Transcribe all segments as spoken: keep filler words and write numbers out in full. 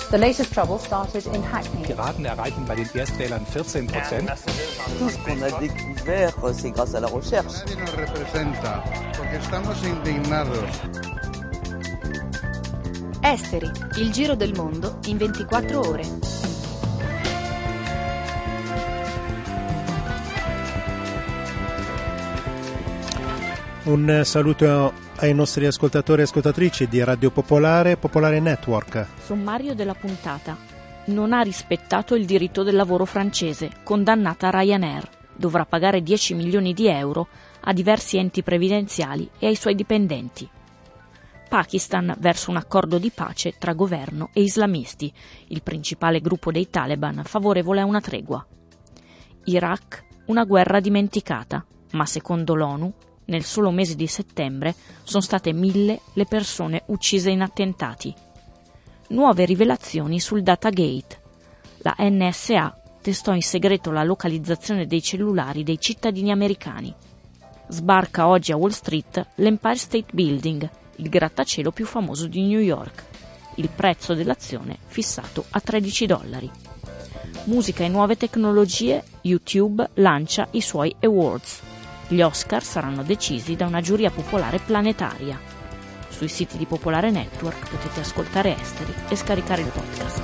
The latest trouble started in Hackney. Piraten erreichen bei den Erstwählern vierzehn Prozent. Tout ce qu'on a découvert, c'est grâce à la recherche. Nadie nos representa, porque estamos indignados. Esteri, il giro del mondo in ventiquattro ore. Un saluto ai nostri ascoltatori e ascoltatrici di Radio Popolare, Popolare Network. Sommario della puntata. Non ha rispettato il diritto del lavoro francese, condannata Ryanair. Dovrà pagare dieci milioni di euro a diversi enti previdenziali e ai suoi dipendenti. Pakistan verso un accordo di pace tra governo e islamisti, il principale gruppo dei Taliban favorevole a una tregua. Iraq, una guerra dimenticata, ma secondo l'ONU nel solo mese di settembre sono state mille le persone uccise in attentati. Nuove rivelazioni sul Datagate. La N S A testò in segreto la localizzazione dei cellulari dei cittadini americani. Sbarca oggi a Wall Street l'Empire State Building, il grattacielo più famoso di New York. Il prezzo dell'azione fissato a tredici dollari. Musica e nuove tecnologie, YouTube lancia i suoi awards. Gli Oscar saranno decisi da una giuria popolare planetaria. Sui siti di Popolare Network potete ascoltare Esteri e scaricare il podcast.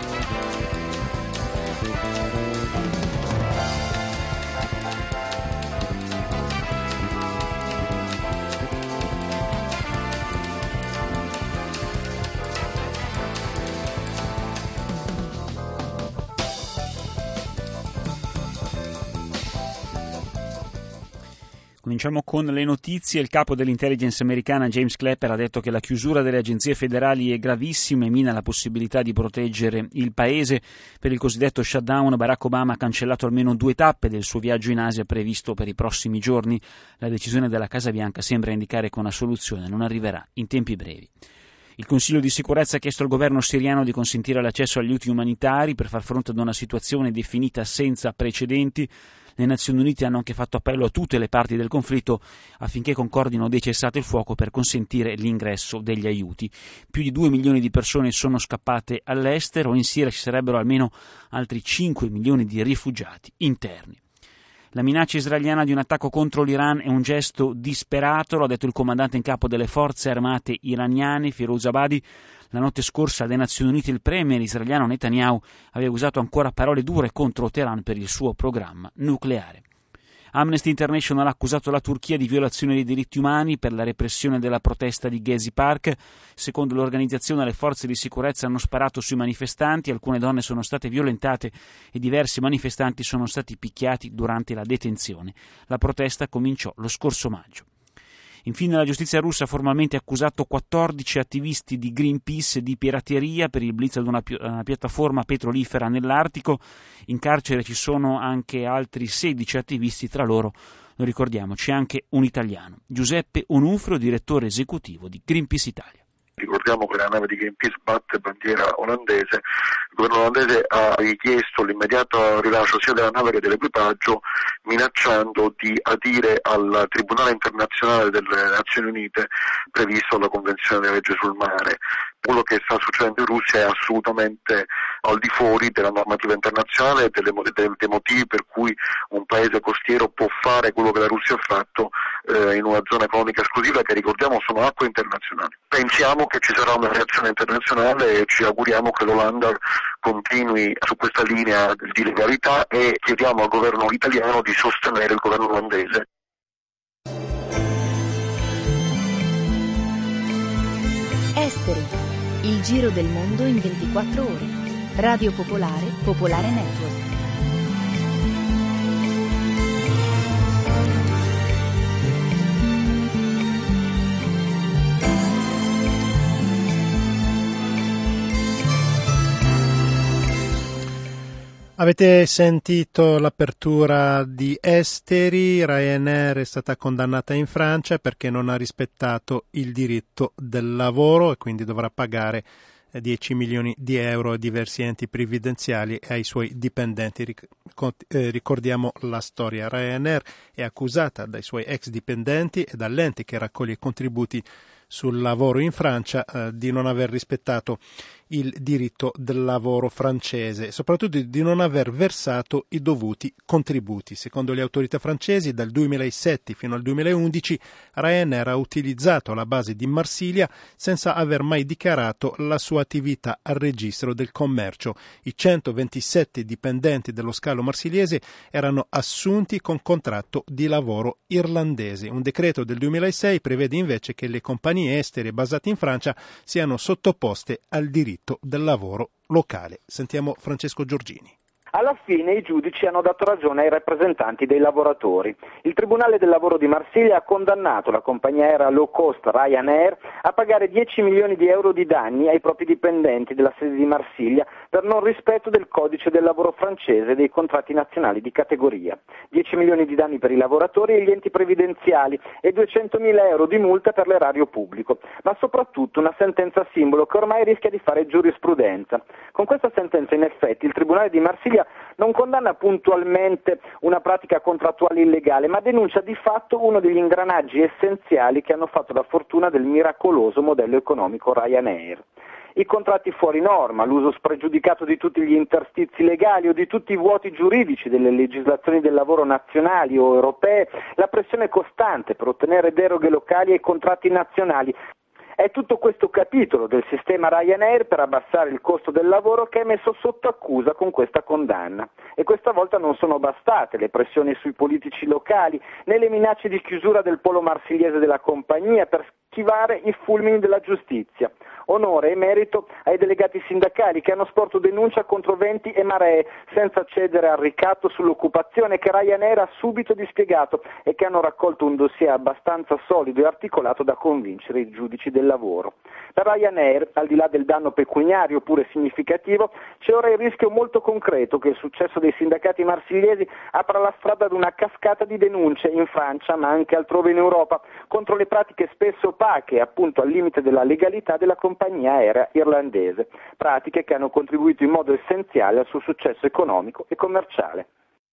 Cominciamo con le notizie. Il capo dell'intelligence americana James Clapper ha detto che la chiusura delle agenzie federali è gravissima e mina la possibilità di proteggere il paese. Per il cosiddetto shutdown Barack Obama ha cancellato almeno due tappe del suo viaggio in Asia previsto per i prossimi giorni. La decisione della Casa Bianca sembra indicare che una soluzione non arriverà in tempi brevi. Il Consiglio di sicurezza ha chiesto al governo siriano di consentire l'accesso agli aiuti umanitari per far fronte ad una situazione definita senza precedenti. Le Nazioni Unite hanno anche fatto appello a tutte le parti del conflitto affinché concordino dei cessate il fuoco per consentire l'ingresso degli aiuti. Più di due milioni di persone sono scappate all'estero, in Siria ci sarebbero almeno altri cinque milioni di rifugiati interni. La minaccia israeliana di un attacco contro l'Iran è un gesto disperato, lo ha detto il comandante in capo delle forze armate iraniane, Firouz Abadi. La notte scorsa alle Nazioni Unite il premier israeliano Netanyahu aveva usato ancora parole dure contro Teheran per il suo programma nucleare. Amnesty International ha accusato la Turchia di violazione dei diritti umani per la repressione della protesta di Gezi Park. Secondo l'organizzazione, le forze di sicurezza hanno sparato sui manifestanti, alcune donne sono state violentate e diversi manifestanti sono stati picchiati durante la detenzione. La protesta cominciò lo scorso maggio. Infine la giustizia russa ha formalmente accusato quattordici attivisti di Greenpeace di pirateria per il blitz ad una, pi- una piattaforma petrolifera nell'Artico. In carcere ci sono anche altri sedici attivisti, tra loro, lo ricordiamo, c'è anche un italiano, Giuseppe Onufrio, direttore esecutivo di Greenpeace Italia. Ricordiamo che la nave di Greenpeace batte bandiera olandese, il governo olandese ha richiesto l'immediato rilascio sia della nave che dell'equipaggio, minacciando di adire al Tribunale internazionale delle Nazioni Unite previsto dalla Convenzione delle leggi sul mare. Quello che sta succedendo in Russia è assolutamente al di fuori della normativa internazionale e delle, dei motivi per cui un paese costiero può fare quello che la Russia ha fatto eh, in una zona economica esclusiva che, ricordiamo, sono acque internazionali. Pensiamo che ci sarà una reazione internazionale e ci auguriamo che l'Olanda continui su questa linea di legalità e chiediamo al governo italiano di sostenere il governo olandese. Esteri, il giro del mondo in ventiquattro ore. Radio Popolare, Popolare Network. Avete sentito l'apertura di Esteri. Ryanair è stata condannata in Francia perché non ha rispettato il diritto del lavoro e quindi dovrà pagare dieci milioni di euro a diversi enti previdenziali e ai suoi dipendenti. Ricordiamo la storia. Ryanair è accusata dai suoi ex dipendenti e dall'ente che raccoglie contributi sul lavoro in Francia eh, di non aver rispettato il diritto del lavoro francese, soprattutto di non aver versato i dovuti contributi. Secondo le autorità francesi, dal duemilasette fino al duemilaundici Ryanair ha utilizzato la base di Marsiglia senza aver mai dichiarato la sua attività al registro del commercio. I centoventisette dipendenti dello scalo marsigliese erano assunti con contratto di lavoro irlandese. Un decreto del duemilasei prevede invece che le compagnie estere basate in Francia siano sottoposte al diritto del lavoro locale. Sentiamo Francesco Giorgini. Alla fine i giudici hanno dato ragione ai rappresentanti dei lavoratori. Il Tribunale del Lavoro di Marsiglia ha condannato la compagnia aerea low cost Ryanair a pagare dieci milioni di euro di danni ai propri dipendenti della sede di Marsiglia per non rispetto del codice del lavoro francese e dei contratti nazionali di categoria. dieci milioni di danni per i lavoratori e gli enti previdenziali e duecentomila euro di multa per l'erario pubblico, ma soprattutto una sentenza simbolo che ormai rischia di fare giurisprudenza. Con questa sentenza in effetti il Tribunale di Marsiglia non condanna puntualmente una pratica contrattuale illegale, ma denuncia di fatto uno degli ingranaggi essenziali che hanno fatto la fortuna del miracoloso modello economico Ryanair. I contratti fuori norma, l'uso spregiudicato di tutti gli interstizi legali o di tutti i vuoti giuridici delle legislazioni del lavoro nazionali o europee, la pressione costante per ottenere deroghe locali ai contratti nazionali. È tutto questo capitolo del sistema Ryanair per abbassare il costo del lavoro che è messo sotto accusa con questa condanna. E questa volta non sono bastate le pressioni sui politici locali né le minacce di chiusura del polo marsigliese della compagnia per schivare i fulmini della giustizia. Onore e merito ai delegati sindacali che hanno sporto denuncia contro venti e maree senza cedere al ricatto sull'occupazione che Ryanair ha subito dispiegato e che hanno raccolto un dossier abbastanza solido e articolato da convincere i giudici del lavoro. Per Ryanair, al di là del danno pecuniario pure significativo, c'è ora il rischio molto concreto che il successo dei sindacati marsigliesi apra la strada ad una cascata di denunce in Francia ma anche altrove in Europa contro le pratiche spesso opache, appunto al limite della legalità della compagnia aerea irlandese, pratiche che hanno contribuito in modo essenziale al suo successo economico e commerciale.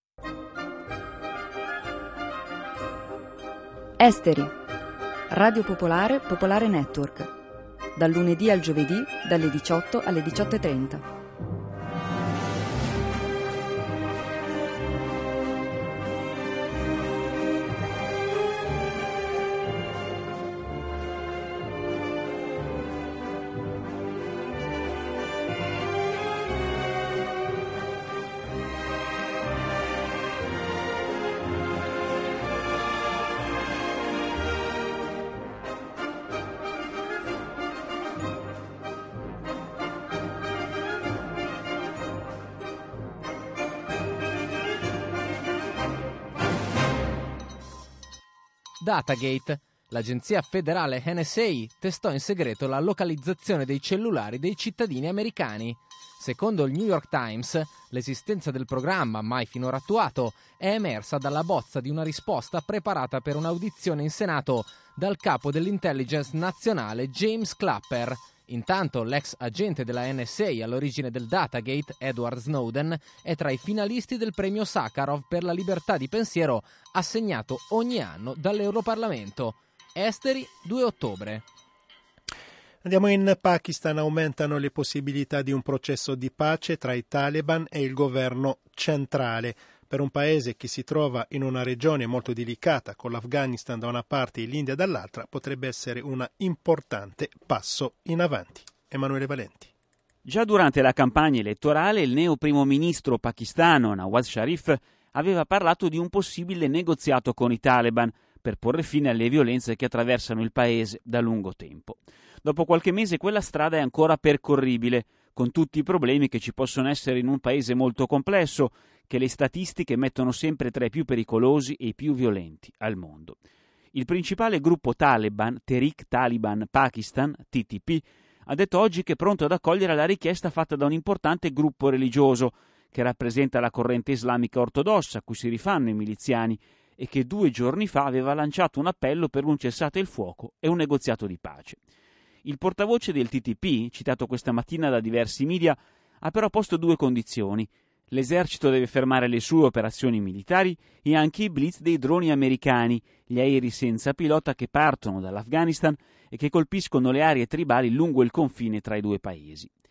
Esteri. Radio Popolare, Popolare Network. Dal lunedì al giovedì, dalle diciotto alle diciotto e trenta. Datagate. L'agenzia federale N S A testò in segreto la localizzazione dei cellulari dei cittadini americani. Secondo il New York Times, l'esistenza del programma, mai finora attuato, è emersa dalla bozza di una risposta preparata per un'audizione in Senato dal capo dell'intelligence nazionale James Clapper. Intanto l'ex agente della N S A all'origine del Datagate, Edward Snowden, è tra i finalisti del premio Sakharov per la libertà di pensiero assegnato ogni anno dall'Europarlamento. Esteri, due ottobre. Andiamo in Pakistan. Aumentano le possibilità di un processo di pace tra i Taliban e il governo centrale. Per un paese che si trova in una regione molto delicata, con l'Afghanistan da una parte e l'India dall'altra, potrebbe essere un importante passo in avanti. Emanuele Valenti. Già durante la campagna elettorale il neo primo ministro pakistano Nawaz Sharif aveva parlato di un possibile negoziato con i Taliban per porre fine alle violenze che attraversano il paese da lungo tempo. Dopo qualche mese quella strada è ancora percorribile, con tutti i problemi che ci possono essere in un paese molto complesso, che le statistiche mettono sempre tra i più pericolosi e i più violenti al mondo. Il principale gruppo Taliban, Tehrik-Taliban Pakistan, T T P, ha detto oggi che è pronto ad accogliere la richiesta fatta da un importante gruppo religioso che rappresenta la corrente islamica ortodossa a cui si rifanno i miliziani e che due giorni fa aveva lanciato un appello per un cessate il fuoco e un negoziato di pace. Il portavoce del T T P, citato questa mattina da diversi media, ha però posto due condizioni. L'esercito deve fermare le sue operazioni militari e anche i blitz dei droni americani, gli aerei senza pilota che partono dall'Afghanistan e che colpiscono le aree tribali lungo il confine tra i due paesi.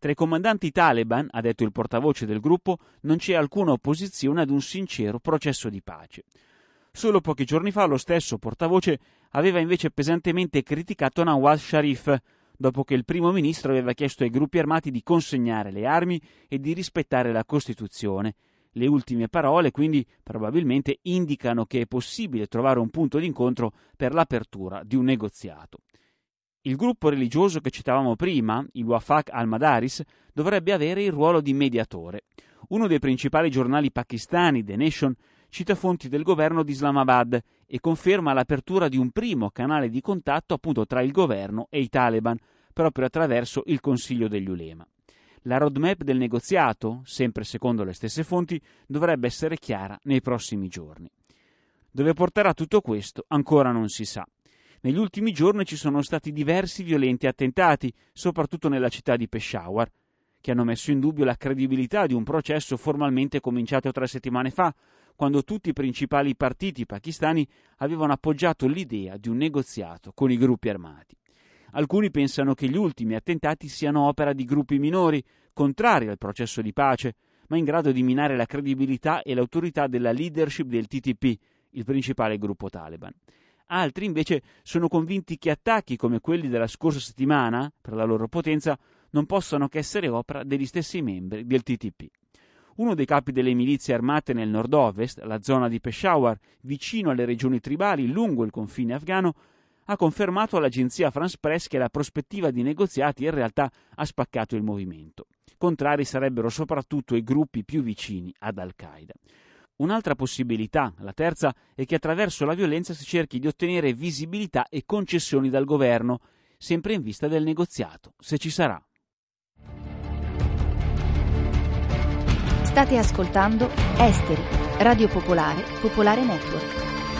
Tra i comandanti taliban, ha detto il portavoce del gruppo, non c'è alcuna opposizione ad un sincero processo di pace. Solo pochi giorni fa lo stesso portavoce aveva invece pesantemente criticato Nawaz Sharif, dopo che il primo ministro aveva chiesto ai gruppi armati di consegnare le armi e di rispettare la Costituzione. Le ultime parole, quindi, probabilmente indicano che è possibile trovare un punto d'incontro per l'apertura di un negoziato. Il gruppo religioso che citavamo prima, il Wafaq al-Madaris, dovrebbe avere il ruolo di mediatore. Uno dei principali giornali pakistani, The Nation, cita fonti del governo di Islamabad e conferma l'apertura di un primo canale di contatto appunto tra il governo e i Taliban, proprio attraverso il Consiglio degli Ulema. La roadmap del negoziato, sempre secondo le stesse fonti, dovrebbe essere chiara nei prossimi giorni. Dove porterà tutto questo ancora non si sa. Negli ultimi giorni ci sono stati diversi violenti attentati, soprattutto nella città di Peshawar, che hanno messo in dubbio la credibilità di un processo formalmente cominciato tre settimane fa, quando tutti i principali partiti pakistani avevano appoggiato l'idea di un negoziato con i gruppi armati. Alcuni pensano che gli ultimi attentati siano opera di gruppi minori, contrari al processo di pace, ma in grado di minare la credibilità e l'autorità della leadership del T T P, il principale gruppo taliban. Altri invece sono convinti che attacchi come quelli della scorsa settimana, per la loro potenza, non possano che essere opera degli stessi membri del T T P. Uno dei capi delle milizie armate nel nord-ovest, la zona di Peshawar, vicino alle regioni tribali lungo il confine afghano, ha confermato all'agenzia France Press che la prospettiva di negoziati in realtà ha spaccato il movimento. Contrari sarebbero soprattutto i gruppi più vicini ad Al-Qaeda. Un'altra possibilità, la terza, è che attraverso la violenza si cerchi di ottenere visibilità e concessioni dal governo, sempre in vista del negoziato, se ci sarà. State ascoltando Esteri, Radio Popolare, Popolare Network.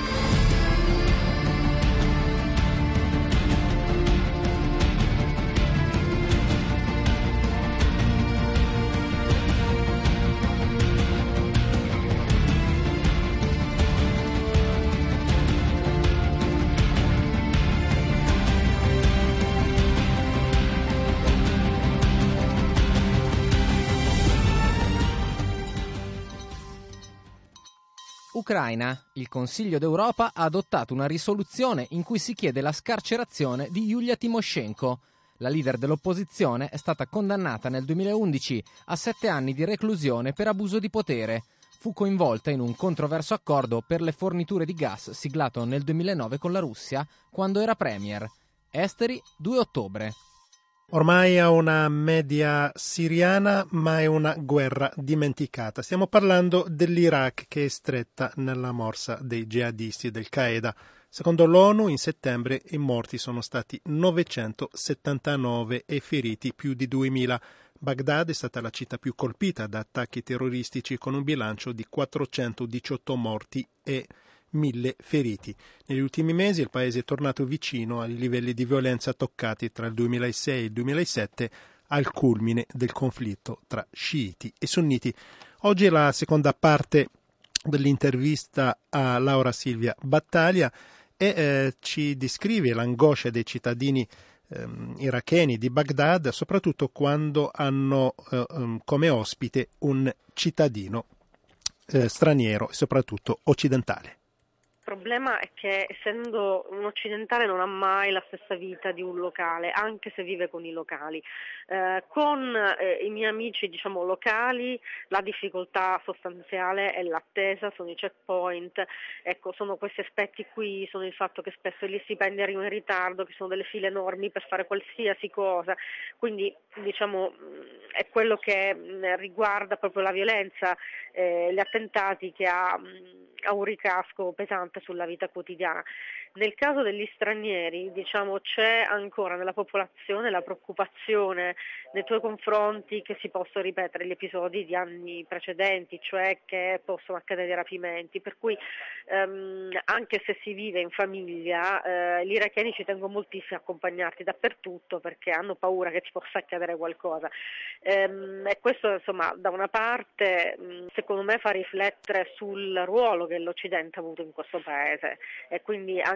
Ucraina. Il Consiglio d'Europa ha adottato una risoluzione in cui si chiede la scarcerazione di Yulia Tymoshenko. La leader dell'opposizione è stata condannata nel duemilaundici a sette anni di reclusione per abuso di potere. Fu coinvolta in un controverso accordo per le forniture di gas siglato nel duemilanove con la Russia quando era premier. Esteri, due ottobre. Ormai è una media siriana, ma è una guerra dimenticata. Stiamo parlando dell'Iraq, che è stretta nella morsa dei jihadisti del Qaeda. Secondo l'ONU, in settembre i morti sono stati novecentosettantanove e feriti più di duemila. Baghdad è stata la città più colpita da attacchi terroristici, con un bilancio di quattrocentodiciotto morti e mille feriti. Negli ultimi mesi il paese è tornato vicino ai livelli di violenza toccati tra il duemilasei e il duemilasette, al culmine del conflitto tra sciiti e sunniti. Oggi è la seconda parte dell'intervista a Laura Silvia Battaglia e eh, ci descrive l'angoscia dei cittadini ehm, iracheni di Baghdad, soprattutto quando hanno eh, come ospite un cittadino eh, straniero e soprattutto occidentale. Il problema è che, essendo un occidentale, non ha mai la stessa vita di un locale, anche se vive con i locali. Eh, con eh, i miei amici, diciamo, locali, la difficoltà sostanziale è l'attesa, sono i checkpoint, ecco, sono questi aspetti qui, sono il fatto che spesso gli stipendi arrivano in ritardo, che sono delle file enormi per fare qualsiasi cosa, quindi diciamo è quello che mh, riguarda proprio la violenza, eh, gli attentati, che ha, mh, ha un ricasco pesante sulla vita quotidiana. Nel caso degli stranieri, diciamo, c'è ancora nella popolazione la preoccupazione nei tuoi confronti che si possano ripetere gli episodi di anni precedenti, cioè che possono accadere rapimenti, per cui ehm, anche se si vive in famiglia, eh, gli iracheni ci tengono moltissimo a accompagnarti dappertutto perché hanno paura che ti possa accadere qualcosa. Ehm, e questo, insomma, da una parte mh, secondo me fa riflettere sul ruolo che l'Occidente ha avuto in questo paese, e quindi anche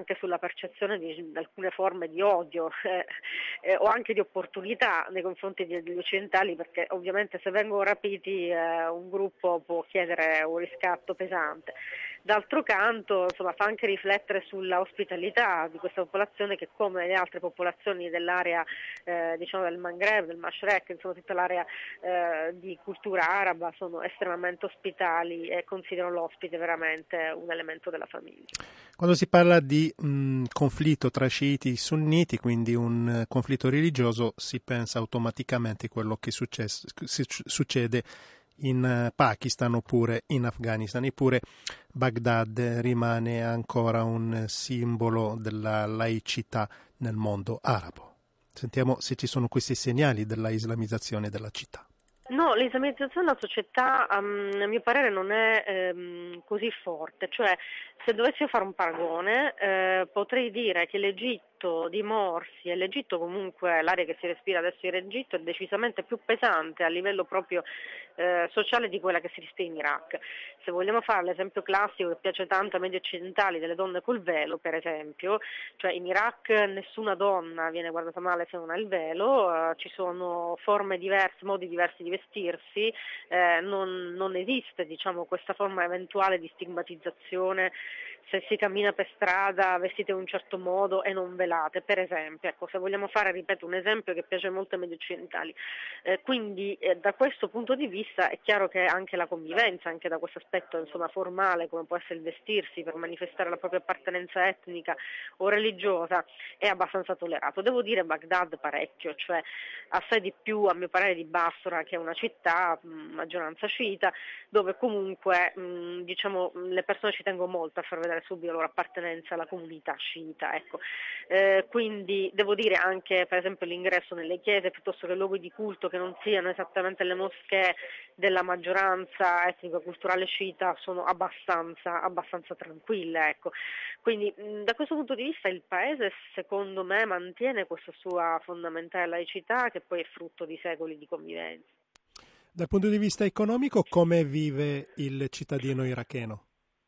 anche sulla percezione di, di alcune forme di odio eh, eh, o anche di opportunità nei confronti degli occidentali, perché ovviamente se vengono rapiti eh, un gruppo può chiedere un riscatto pesante. D'altro canto, insomma, fa anche riflettere sulla ospitalità di questa popolazione che, come le altre popolazioni dell'area eh, diciamo del Maghreb, del Mashrek, insomma tutta l'area eh, di cultura araba, sono estremamente ospitali e considerano l'ospite veramente un elemento della famiglia. Quando si parla di mh, conflitto tra sciiti e sunniti, quindi un uh, conflitto religioso, si pensa automaticamente a quello che success- si, succede in uh, Pakistan oppure in Afghanistan, eppure Baghdad rimane ancora un simbolo della laicità nel mondo arabo. Sentiamo se ci sono questi segnali della islamizzazione della città. No, l'islamizzazione della società um, a mio parere non è um, così forte, cioè se dovessi fare un paragone eh, potrei dire che l'Egitto di Morsi e l'Egitto comunque, l'area che si respira adesso in Egitto, è decisamente più pesante a livello proprio eh, sociale di quella che si respira in Iraq. Se vogliamo fare l'esempio classico che piace tanto ai media occidentali delle donne col velo, per esempio, cioè in Iraq nessuna donna viene guardata male se non ha il velo, eh, ci sono forme diverse, modi diversi di vestirsi, eh, non, non esiste diciamo questa forma eventuale di stigmatizzazione se si cammina per strada vestite in un certo modo e non velate, per esempio. Ecco, se vogliamo fare, ripeto, un esempio che piace molto ai media occidentali. Eh, quindi eh, da questo punto di vista è chiaro che anche la convivenza, anche da questo aspetto insomma formale, come può essere il vestirsi per manifestare la propria appartenenza etnica o religiosa, è abbastanza tollerato. Devo dire Baghdad parecchio, cioè assai di più a mio parere di Basra, che è una città mh, maggioranza sciita, dove comunque mh, diciamo le persone ci tengono molto a far vedere subito la loro appartenenza alla comunità sciita, ecco. Eh, quindi devo dire anche per esempio l'ingresso nelle chiese piuttosto che luoghi di culto che non siano esattamente le moschee della maggioranza etnico-culturale sciita sono abbastanza, abbastanza tranquille, ecco. Quindi mh, da questo punto di vista il paese secondo me mantiene questa sua fondamentale laicità che poi è frutto di secoli di convivenza. Dal punto di vista economico, come vive il cittadino iracheno?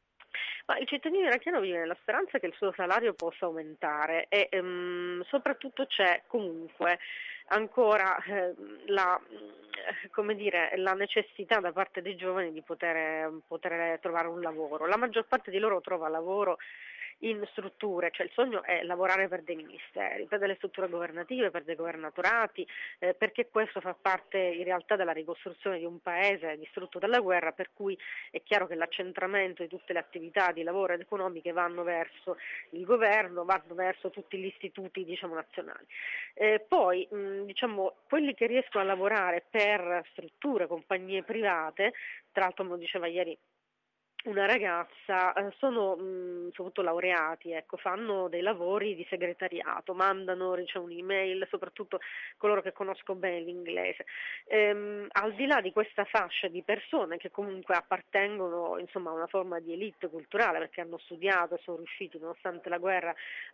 Ma il cittadino iracheno vive nella speranza che il suo salario possa aumentare e um, soprattutto c'è comunque ancora eh, la, come dire, la necessità da parte dei giovani di poter, poter trovare un lavoro. La maggior parte di loro trova lavoro in strutture, cioè il sogno è lavorare per dei ministeri, per delle strutture governative, per dei governatorati, eh, perché questo fa parte in realtà della ricostruzione di un paese distrutto dalla guerra, per cui è chiaro che l'accentramento di tutte le attività di lavoro ed economiche vanno verso il governo, vanno verso tutti gli istituti diciamo nazionali. Eh, poi mh, diciamo quelli che riescono a lavorare per strutture, compagnie private, tra l'altro me lo diceva ieri una ragazza, eh, sono mh, soprattutto laureati, ecco, fanno dei lavori di segretariato, mandano, ricevono un'email, soprattutto coloro che conosco bene l'inglese. Ehm, al di là di questa fascia di persone che comunque appartengono insomma a una forma di elite culturale perché hanno studiato e sono riusciti nonostante la guerra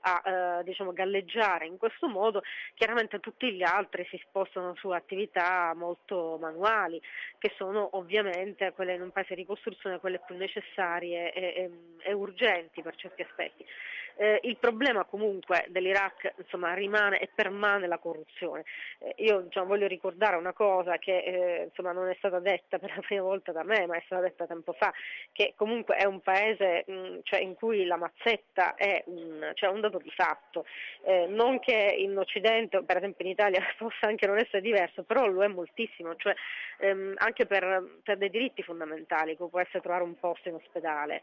a eh, diciamo galleggiare in questo modo, chiaramente tutti gli altri si spostano su attività molto manuali che sono ovviamente quelle in un paese di ricostruzione quelle più necessarie necessarie e, e, e urgenti per certi aspetti. Eh, il problema comunque dell'Iraq insomma rimane e permane la corruzione. Eh, io diciamo, voglio ricordare una cosa che eh, insomma non è stata detta per la prima volta da me, ma è stata detta tempo fa, che comunque è un paese mh, cioè, in cui la mazzetta è un, cioè, un dato di fatto. Eh, non che in Occidente, per esempio in Italia, possa anche non essere diverso, però lo è moltissimo, cioè ehm, anche per, per dei diritti fondamentali, come può essere trovare un posto in ospedale.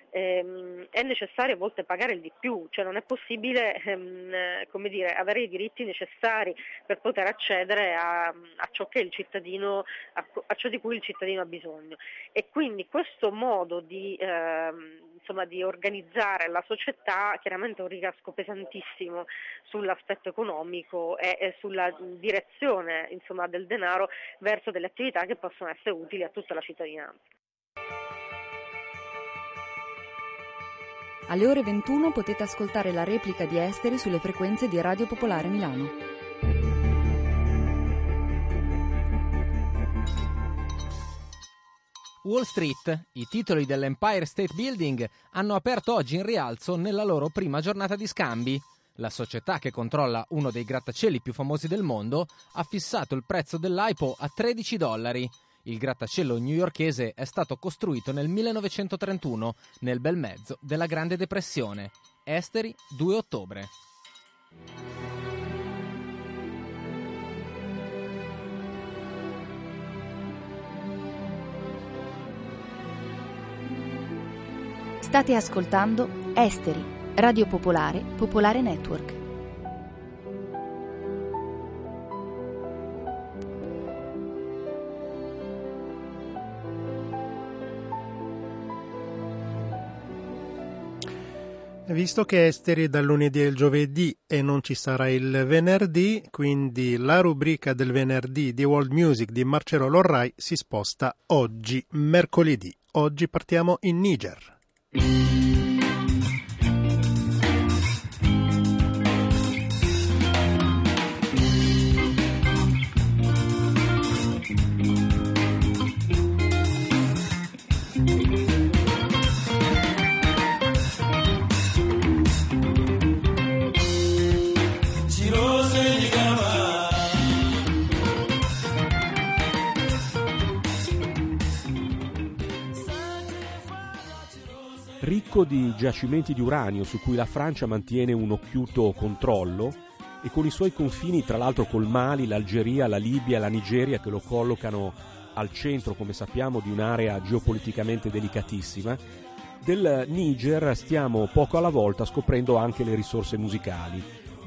Ehm, è necessario a volte pagare il di più, cioè non è possibile ehm, come dire, avere i diritti necessari per poter accedere a, a ciò che il cittadino, a, a ciò di cui il cittadino ha bisogno. E quindi questo modo di, ehm, insomma, di organizzare la società chiaramente ha un ricasco pesantissimo sull'aspetto economico e, e sulla direzione insomma, del denaro verso delle attività che possono essere utili a tutta la cittadinanza. Alle ore ventuno potete ascoltare la replica di Esteri sulle frequenze di Radio Popolare Milano. Wall Street, i titoli dell'Empire State Building hanno aperto oggi in rialzo nella loro prima giornata di scambi. La società che controlla uno dei grattacieli più famosi del mondo ha fissato il prezzo dell'I P O a tredici dollari. Il grattacielo newyorkese è stato costruito nel millenovecentotrentuno, nel bel mezzo della Grande Depressione. Esteri, due ottobre. State ascoltando Esteri, Radio Popolare, Popolare Network. Visto che Esteri dal lunedì al giovedì e non ci sarà il venerdì, quindi la rubrica del venerdì di World Music di Marcello Lorrai si sposta oggi, mercoledì. Oggi partiamo in Niger. Ricco di giacimenti di uranio su cui la Francia mantiene un occhiuto controllo e con i suoi confini tra l'altro col Mali, l'Algeria, la Libia e la Nigeria che lo collocano al centro, come sappiamo, di un'area geopoliticamente delicatissima, del Niger stiamo poco alla volta scoprendo anche le risorse musicali,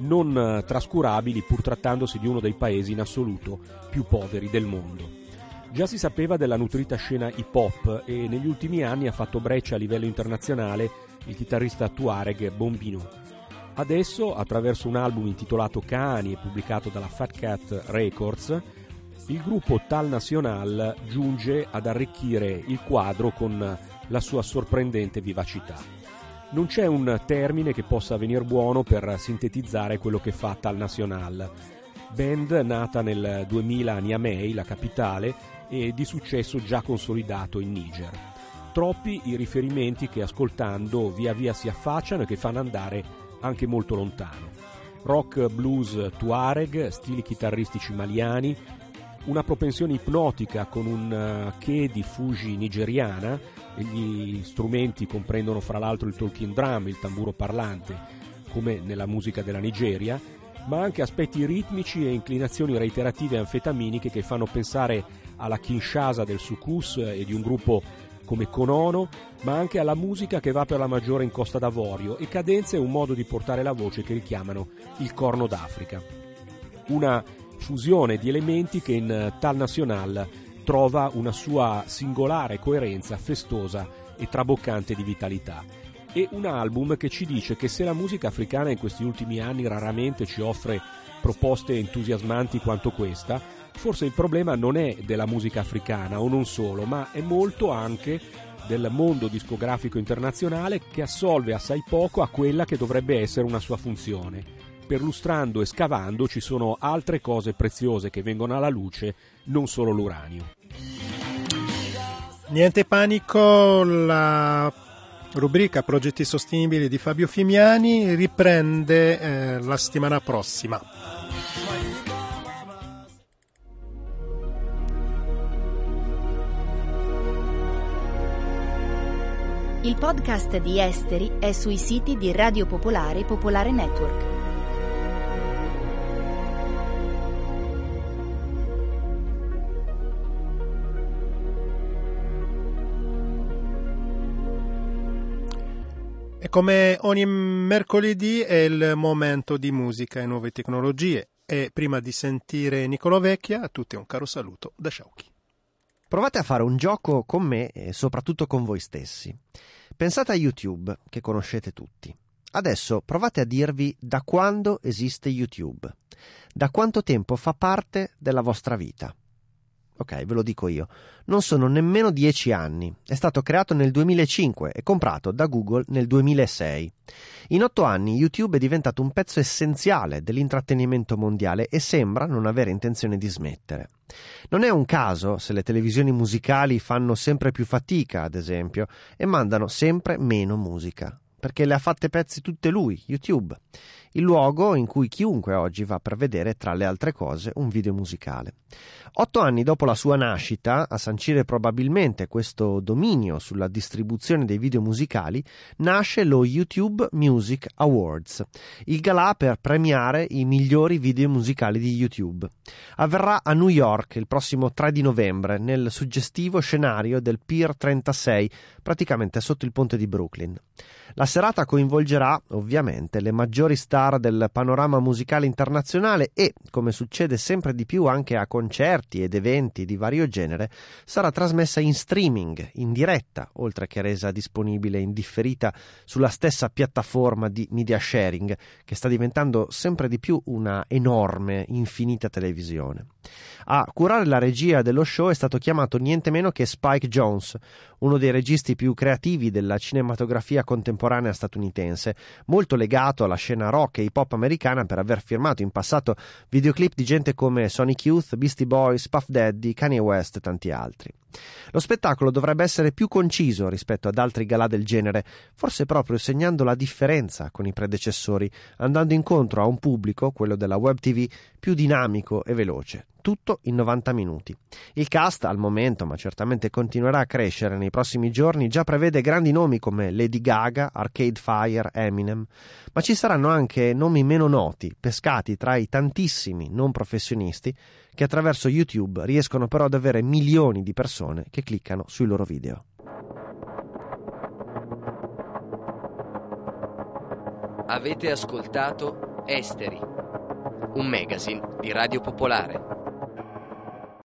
non trascurabili pur trattandosi di uno dei paesi in assoluto più poveri del mondo. Già si sapeva della nutrita scena hip hop e negli ultimi anni ha fatto breccia a livello internazionale il chitarrista Tuareg Bombino. Adesso, attraverso un album intitolato Cani e pubblicato dalla Fat Cat Records, il gruppo Tal Nacional giunge ad arricchire il quadro con la sua sorprendente vivacità. Non c'è un termine che possa venir buono per sintetizzare quello che fa Tal Nacional, band nata nel duemila a Niamey, la capitale, e di successo già consolidato in Niger. Troppi i riferimenti che ascoltando via via si affacciano e che fanno andare anche molto lontano. Rock blues tuareg, stili chitarristici maliani, una propensione ipnotica con un che di fuji nigeriana, e gli strumenti comprendono fra l'altro il talking drum, il tamburo parlante, come nella musica della Nigeria, ma anche aspetti ritmici e inclinazioni reiterative anfetaminiche che fanno pensare alla Kinshasa del Soukous e di un gruppo come Konono, ma anche alla musica che va per la maggiore in Costa d'Avorio, e cadenze e un modo di portare la voce che richiamano il Corno d'Africa. Una fusione di elementi che in Tal Nacional trova una sua singolare coerenza festosa e traboccante di vitalità. E un album che ci dice che se la musica africana in questi ultimi anni raramente ci offre proposte entusiasmanti quanto questa, forse il problema non è della musica africana o non solo, ma è molto anche del mondo discografico internazionale che assolve assai poco a quella che dovrebbe essere una sua funzione. Perlustrando e scavando ci sono altre cose preziose che vengono alla luce, non solo l'uranio. Niente panico, la rubrica Progetti Sostenibili di Fabio Fimiani riprende eh, la settimana prossima. Il podcast di Esteri è sui siti di Radio Popolare e Popolare Network. E come ogni mercoledì è il momento di musica e nuove tecnologie. E prima di sentire Nicolò Vecchia, a tutti un caro saluto da Sciauchi. Provate a fare un gioco con me e soprattutto con voi stessi. Pensate a YouTube, che conoscete tutti. Adesso provate a dirvi da quando esiste YouTube. Da quanto tempo fa parte della vostra vita. Ok, ve lo dico io. Non sono nemmeno dieci anni. È stato creato nel duemilacinque e comprato da Google nel duemilasei. In otto anni YouTube è diventato un pezzo essenziale dell'intrattenimento mondiale e sembra non avere intenzione di smettere. Non è un caso se le televisioni musicali fanno sempre più fatica, ad esempio, e mandano sempre meno musica, perché le ha fatte pezzi tutte lui, YouTube, il luogo in cui chiunque oggi va per vedere, tra le altre cose, un video musicale. Otto anni dopo la sua nascita, a sancire probabilmente questo dominio sulla distribuzione dei video musicali, nasce lo YouTube Music Awards, il galà per premiare i migliori video musicali di YouTube. Avverrà a New York il prossimo tre di novembre, nel suggestivo scenario del Pier trentasei, praticamente sotto il ponte di Brooklyn. La serata coinvolgerà, ovviamente, le maggiori star del panorama musicale internazionale e, come succede sempre di più anche a concerti ed eventi di vario genere, sarà trasmessa in streaming, in diretta, oltre che resa disponibile in differita sulla stessa piattaforma di media sharing, che sta diventando sempre di più una enorme, infinita televisione. A curare la regia dello show è stato chiamato niente meno che Spike Jonze, uno dei registi più creativi della cinematografia contemporanea statunitense, molto legato alla scena rock e hip hop americana per aver firmato in passato videoclip di gente come Sonic Youth, Beastie Boys, Puff Daddy, Kanye West e tanti altri. Lo spettacolo dovrebbe essere più conciso rispetto ad altri galà del genere, forse proprio segnando la differenza con i predecessori, andando incontro a un pubblico, quello della web tivù, più dinamico e veloce. Tutto in novanta minuti. Il cast, al momento, ma certamente continuerà a crescere nei prossimi giorni, già prevede grandi nomi come Lady Gaga, Arcade Fire, Eminem, ma ci saranno anche nomi meno noti, pescati tra i tantissimi non professionisti che attraverso YouTube riescono però ad avere milioni di persone che cliccano sui loro video. Avete ascoltato Esteri, un magazine di Radio Popolare.